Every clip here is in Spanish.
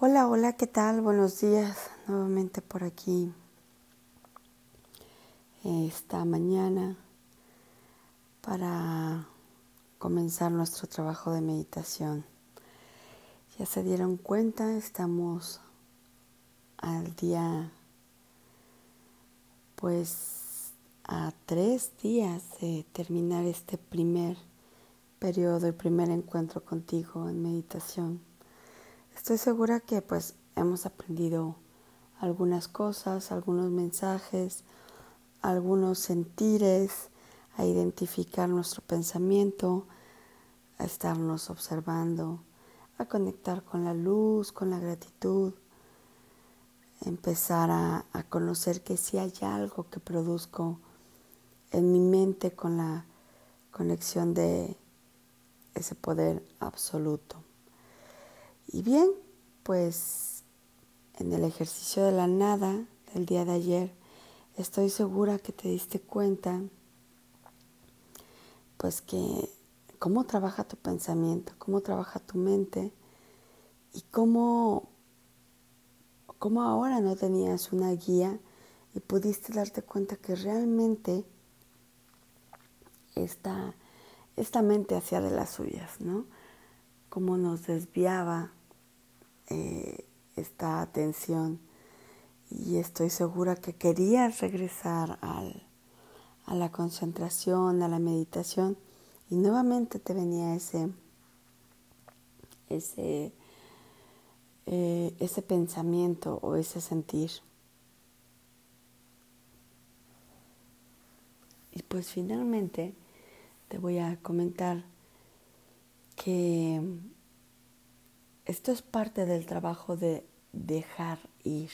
Hola, hola, ¿qué tal? Buenos días, nuevamente por aquí esta mañana para comenzar nuestro trabajo de meditación. Ya se dieron cuenta, estamos al día, pues a 3 días de terminar este primer periodo, el primer encuentro contigo en meditación. Estoy segura que pues hemos aprendido algunas cosas, algunos mensajes, algunos sentires, a identificar nuestro pensamiento, a estarnos observando, a conectar con la luz, con la gratitud, empezar a conocer que si hay algo que produzco en mi mente con la conexión de ese poder absoluto. Y bien, pues en el ejercicio de la nada del día de ayer, estoy segura que te diste cuenta pues que cómo trabaja tu pensamiento, cómo trabaja tu mente y cómo ahora no tenías una guía y pudiste darte cuenta que realmente esta mente hacía de las suyas, ¿no? Cómo nos desviaba esta atención, y estoy segura que querías regresar a la concentración, a la meditación, y nuevamente te venía ese pensamiento o ese sentir. Y pues finalmente te voy a comentar que esto es parte del trabajo de dejar ir,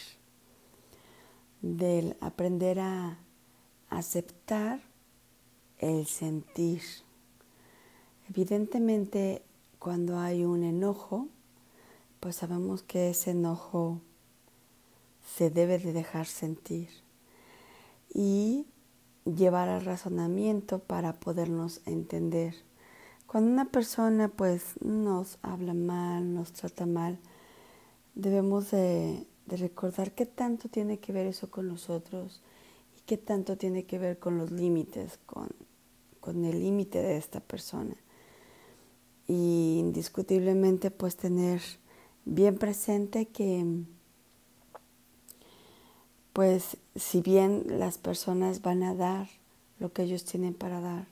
del aprender a aceptar el sentir. Evidentemente, cuando hay un enojo, pues sabemos que ese enojo se debe de dejar sentir y llevar al razonamiento para podernos entender. Cuando una persona pues nos habla mal, nos trata mal, debemos de recordar qué tanto tiene que ver eso con nosotros y qué tanto tiene que ver con los límites, con el límite de esta persona. Y indiscutiblemente pues tener bien presente que pues si bien las personas van a dar lo que ellos tienen para dar,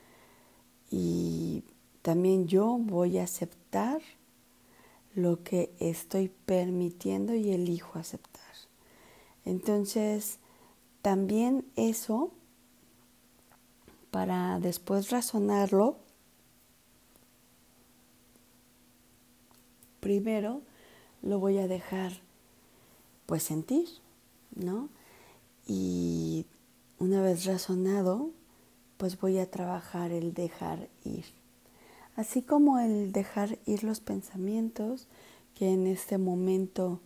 y también yo voy a aceptar lo que estoy permitiendo y elijo aceptar. Entonces, también eso, para después razonarlo, primero lo voy a dejar pues sentir, ¿no? Y una vez razonado, pues voy a trabajar el dejar ir. Así como el dejar ir los pensamientos que en este momento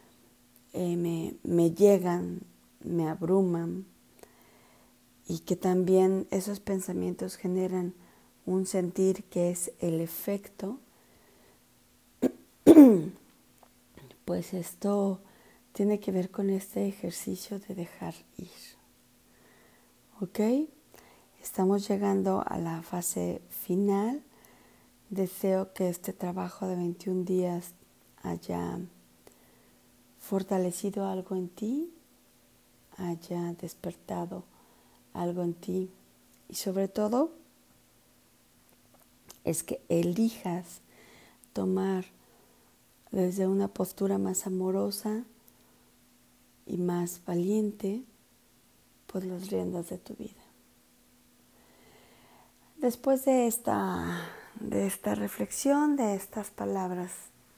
me llegan, me abruman, y que también esos pensamientos generan un sentir que es el efecto, pues esto tiene que ver con este ejercicio de dejar ir. ¿Ok? Estamos llegando a la fase final. Deseo que este trabajo de 21 días haya fortalecido algo en ti, haya despertado algo en ti, y sobre todo es que elijas tomar desde una postura más amorosa y más valiente pues las riendas de tu vida. Después de esta reflexión, de estas palabras,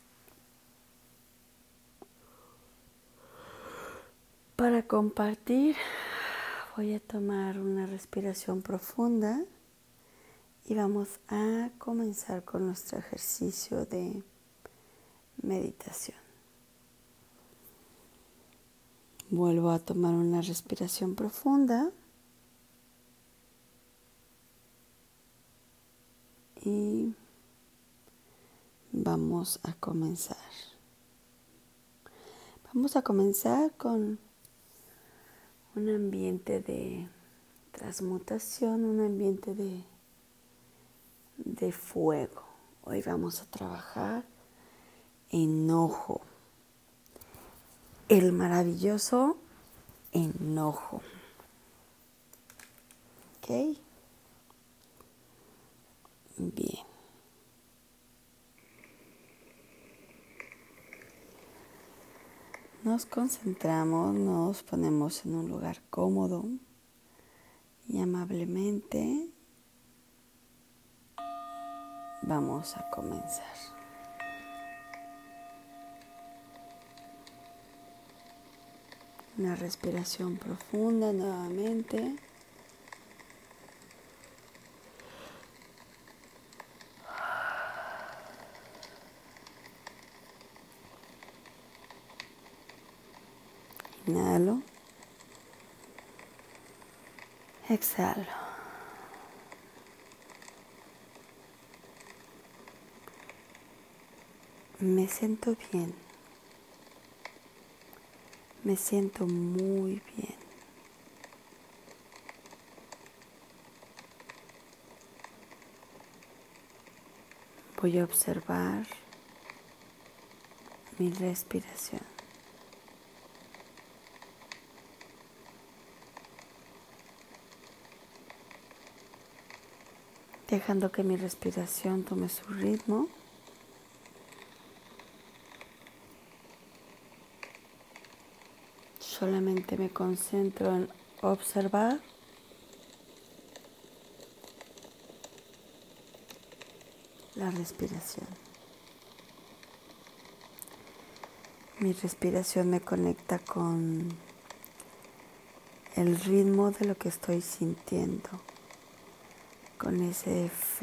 para compartir, voy a tomar una respiración profunda y vamos a comenzar con nuestro ejercicio de meditación. Vuelvo a tomar una respiración profunda y vamos a comenzar. Vamos a comenzar con un ambiente de transmutación, un ambiente de fuego. Hoy vamos a trabajar enojo, el maravilloso enojo. ¿Ok? Bien. Nos concentramos, nos ponemos en un lugar cómodo y amablemente vamos a comenzar. Una respiración profunda nuevamente. Inhalo. Exhalo. Me siento bien. Me siento muy bien. Voy a observar mi respiración. Dejando que mi respiración tome su ritmo. Solamente me concentro en observar la respiración. Mi respiración me conecta con el ritmo de lo que estoy sintiendo, con ese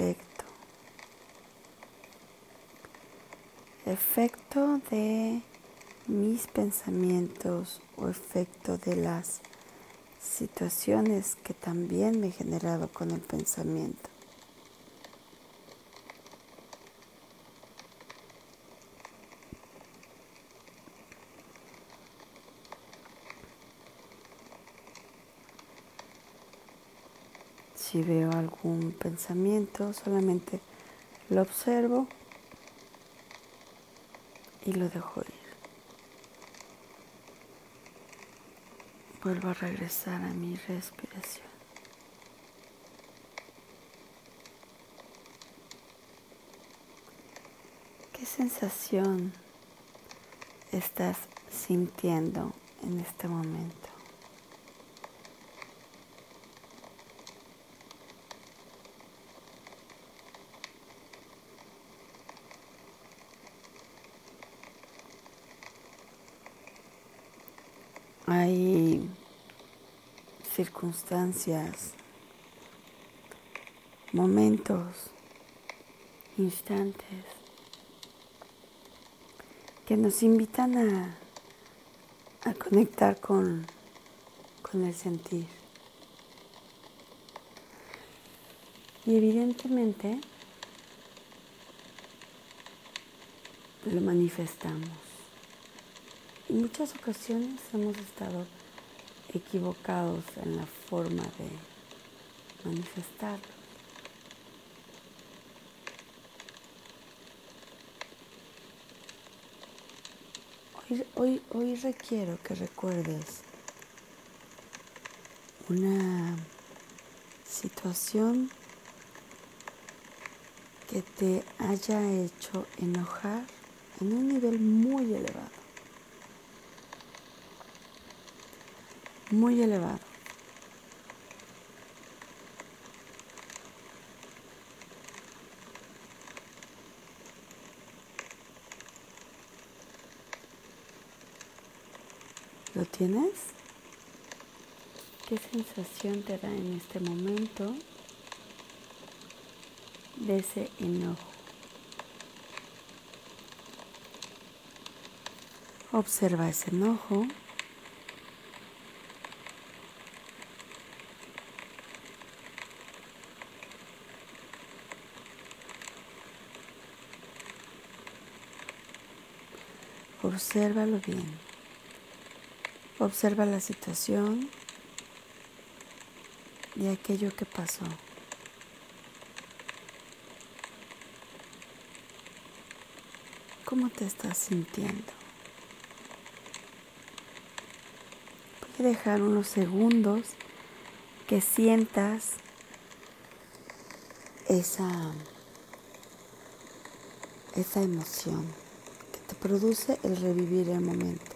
efecto de mis pensamientos o efecto de las situaciones que también me he generado con el pensamiento. Si veo algún pensamiento, solamente lo observo y lo dejo ir. Vuelvo a regresar a mi respiración. ¿Qué sensación estás sintiendo en este momento? Hay circunstancias, momentos, instantes que nos invitan a conectar con el sentir. Y evidentemente lo manifestamos. En muchas ocasiones hemos estado equivocados en la forma de manifestarlo. Hoy requiero que recuerdes una situación que te haya hecho enojar en un nivel muy elevado. Muy elevado. ¿Lo tienes? ¿Qué sensación te da en este momento de ese enojo? Observa ese enojo. Obsérvalo bien. Observa la situación y aquello que pasó. ¿Cómo te estás sintiendo? Voy a dejar unos segundos que sientas esa emoción que te produce el revivir el momento.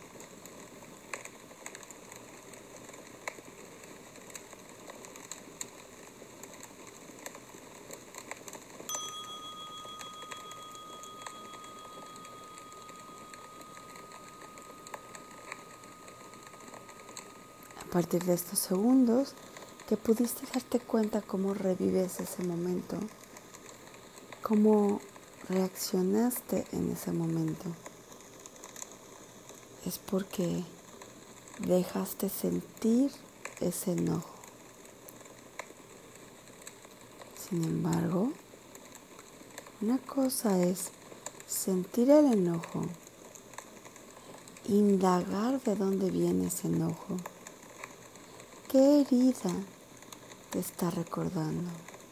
A partir de estos segundos que pudiste darte cuenta cómo revives ese momento, cómo reaccionaste en ese momento, es porque dejaste sentir ese enojo. Sin embargo, una cosa es sentir el enojo, indagar de dónde viene ese enojo, qué herida te está recordando,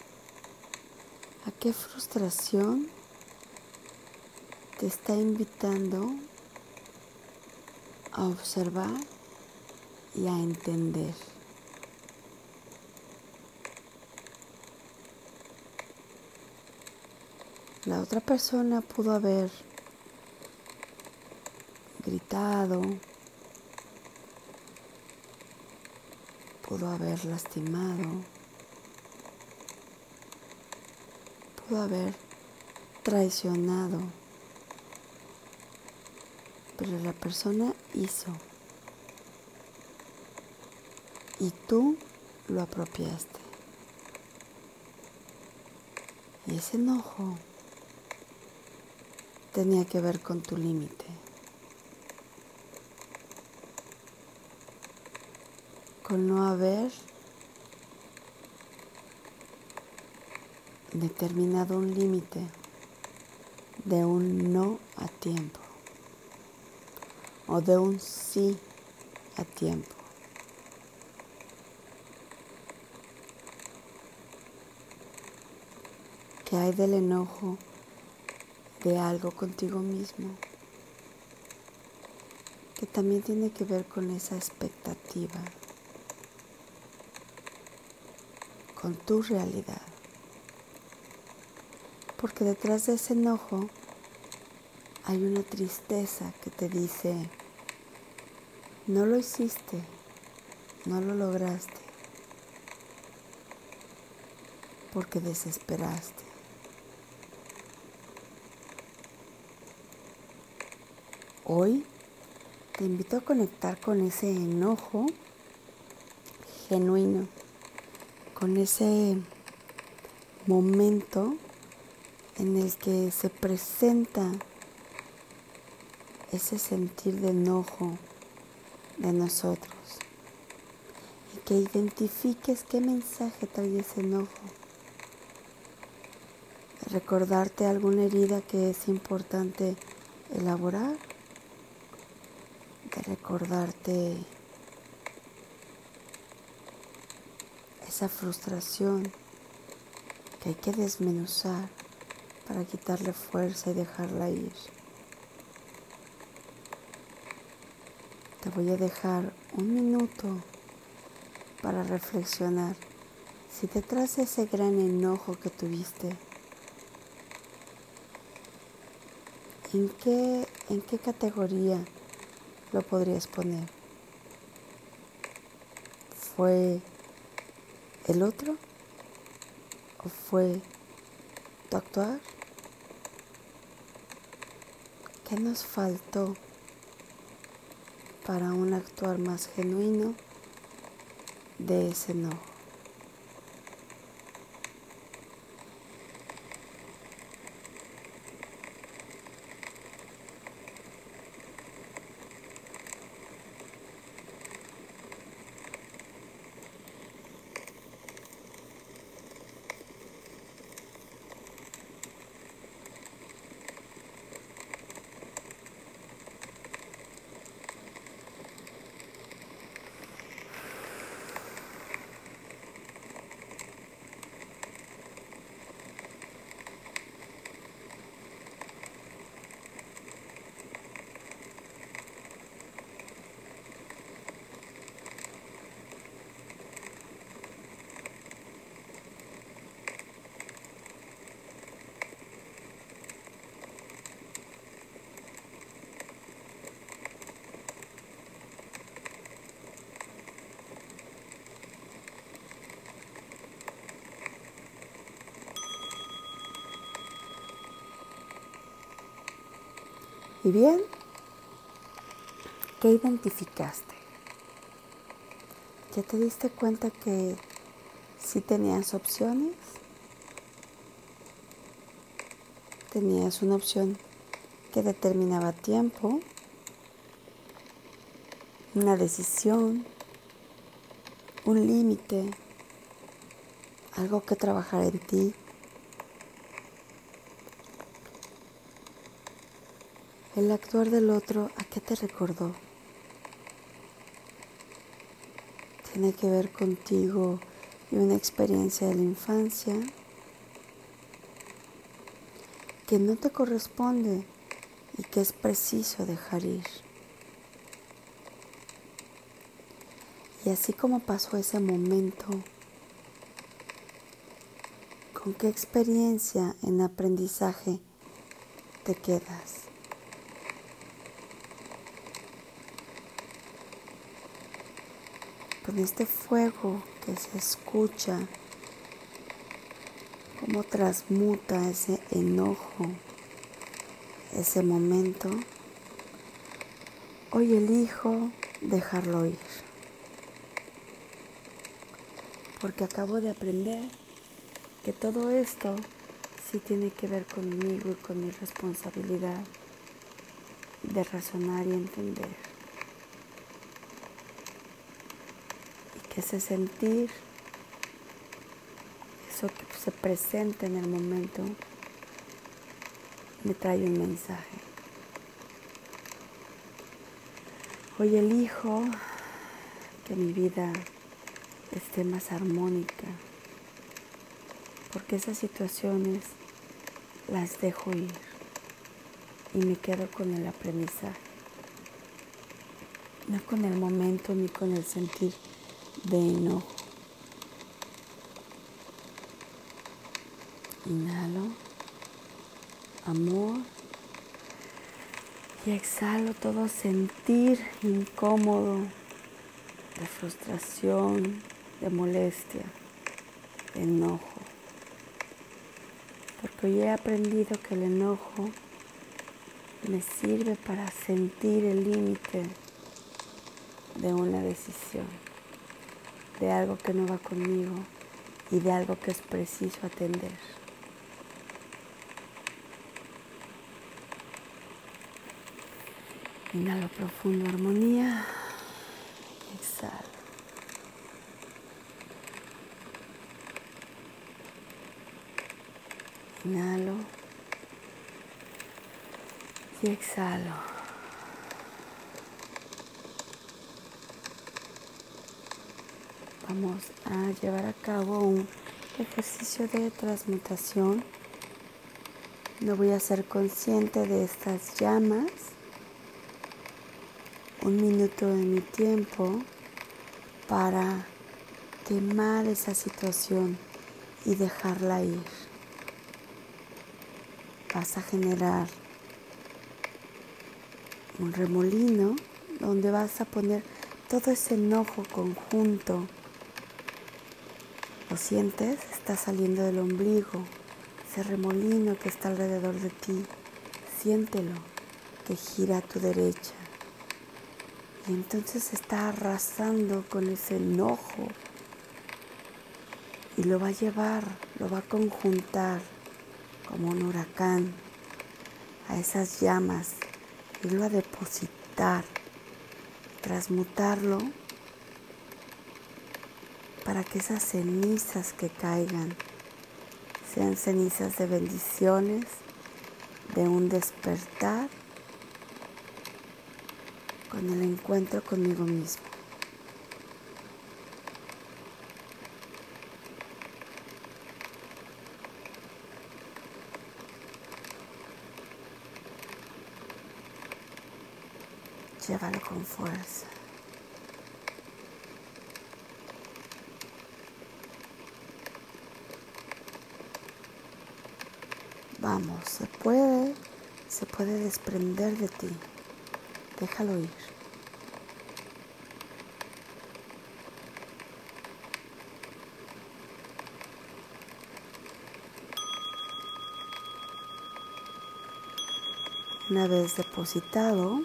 a qué frustración te está invitando a observar y a entender. La otra persona pudo haber gritado, pudo haber lastimado, pudo haber traicionado, pero la persona hizo y tú lo apropiaste. Y ese enojo tenía que ver con tu límite, con no haber determinado un límite de un no a tiempo o de un sí a tiempo. ¿Qué hay del enojo de algo contigo mismo? Que también tiene que ver con esa expectativa, con tu realidad. Porque detrás de ese enojo hay una tristeza que te dice, no lo hiciste, no lo lograste, porque desesperaste. Hoy te invito a conectar con ese enojo genuino, con ese momento en el que se presenta ese sentir de enojo de nosotros y que identifiques qué mensaje trae ese enojo. Recordarte alguna herida que es importante elaborar, de recordarte esa frustración que hay que desmenuzar para quitarle fuerza y dejarla ir. Te voy a dejar un minuto para reflexionar si detrás de ese gran enojo que tuviste, ¿en qué categoría lo podrías poner? ¿Fue el otro? ¿O fue tu actuar? ¿Qué nos faltó para un actuar más genuino de ese enojo? Y bien, ¿qué identificaste? ¿Ya te diste cuenta que sí tenías opciones? Tenías una opción que determinaba tiempo, una decisión, un límite, algo que trabajar en ti. El actuar del otro, ¿a qué te recordó? Tiene que ver contigo y una experiencia de la infancia que no te corresponde y que es preciso dejar ir. Y así como pasó ese momento, ¿con qué experiencia en aprendizaje te quedas? Con este fuego que se escucha, cómo transmuta ese enojo, ese momento. Hoy elijo dejarlo ir, porque acabo de aprender que todo esto sí tiene que ver conmigo y con mi responsabilidad de razonar y entender. Y que ese sentir, eso que se presenta en el momento, me trae un mensaje. Hoy elijo que mi vida esté más armónica, porque esas situaciones las dejo ir y me quedo con el aprendizaje, no con el momento ni con el sentir de enojo. Inhalo amor y exhalo todo sentir incómodo, de frustración, de molestia, de enojo. Porque hoy he aprendido que el enojo me sirve para sentir el límite de una decisión, de algo que no va conmigo y de algo que es preciso atender. Inhalo profundo, armonía, y exhalo. Inhalo y exhalo. Vamos a llevar a cabo un ejercicio de transmutación. Me voy a ser consciente de estas llamas. 1 minuto de mi tiempo para quemar esa situación y dejarla ir. Vas a generar un remolino donde vas a poner todo ese enojo conjunto. ¿Lo sientes? Está saliendo del ombligo, ese remolino que está alrededor de ti. Siéntelo, que gira a tu derecha. Y entonces está arrasando con ese enojo y lo va a llevar, lo va a conjuntar como un huracán a esas llamas y lo va a depositar, transmutarlo para que esas cenizas que caigan sean cenizas de bendiciones, de un despertar con el encuentro conmigo mismo. Llévalo con fuerza. Vamos, se puede desprender de ti. Déjalo ir. Una vez depositado,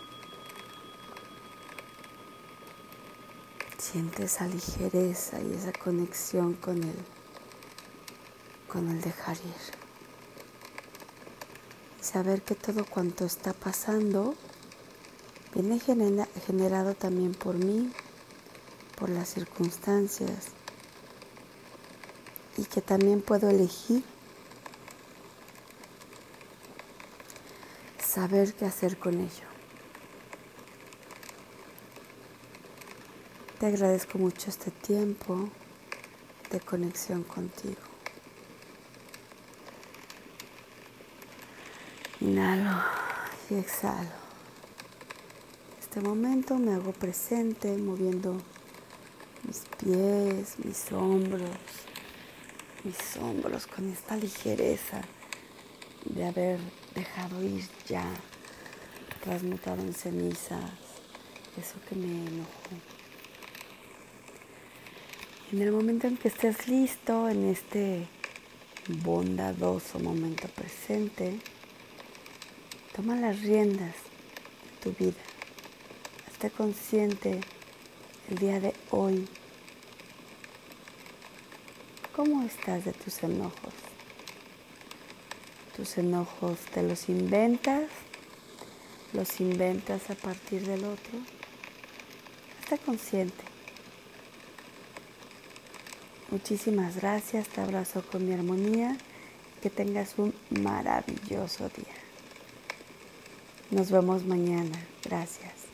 siente esa ligereza y esa conexión con el dejar ir. Y saber que todo cuanto está pasando viene generado también por mí, por las circunstancias, y que también puedo elegir saber qué hacer con ello. Te agradezco mucho este tiempo de conexión contigo. Inhalo y exhalo. En este momento me hago presente moviendo mis pies, mis hombros con esta ligereza de haber dejado ir ya, transmutado en cenizas, eso que me enojó. En el momento en que estés listo, en este bondadoso momento presente, toma las riendas de tu vida. Esté consciente el día de hoy. ¿Cómo estás de tus enojos? ¿Tus enojos te los inventas? ¿Los inventas a partir del otro? Esté consciente. Muchísimas gracias, te abrazo con mi armonía, que tengas un maravilloso día. Nos vemos mañana, gracias.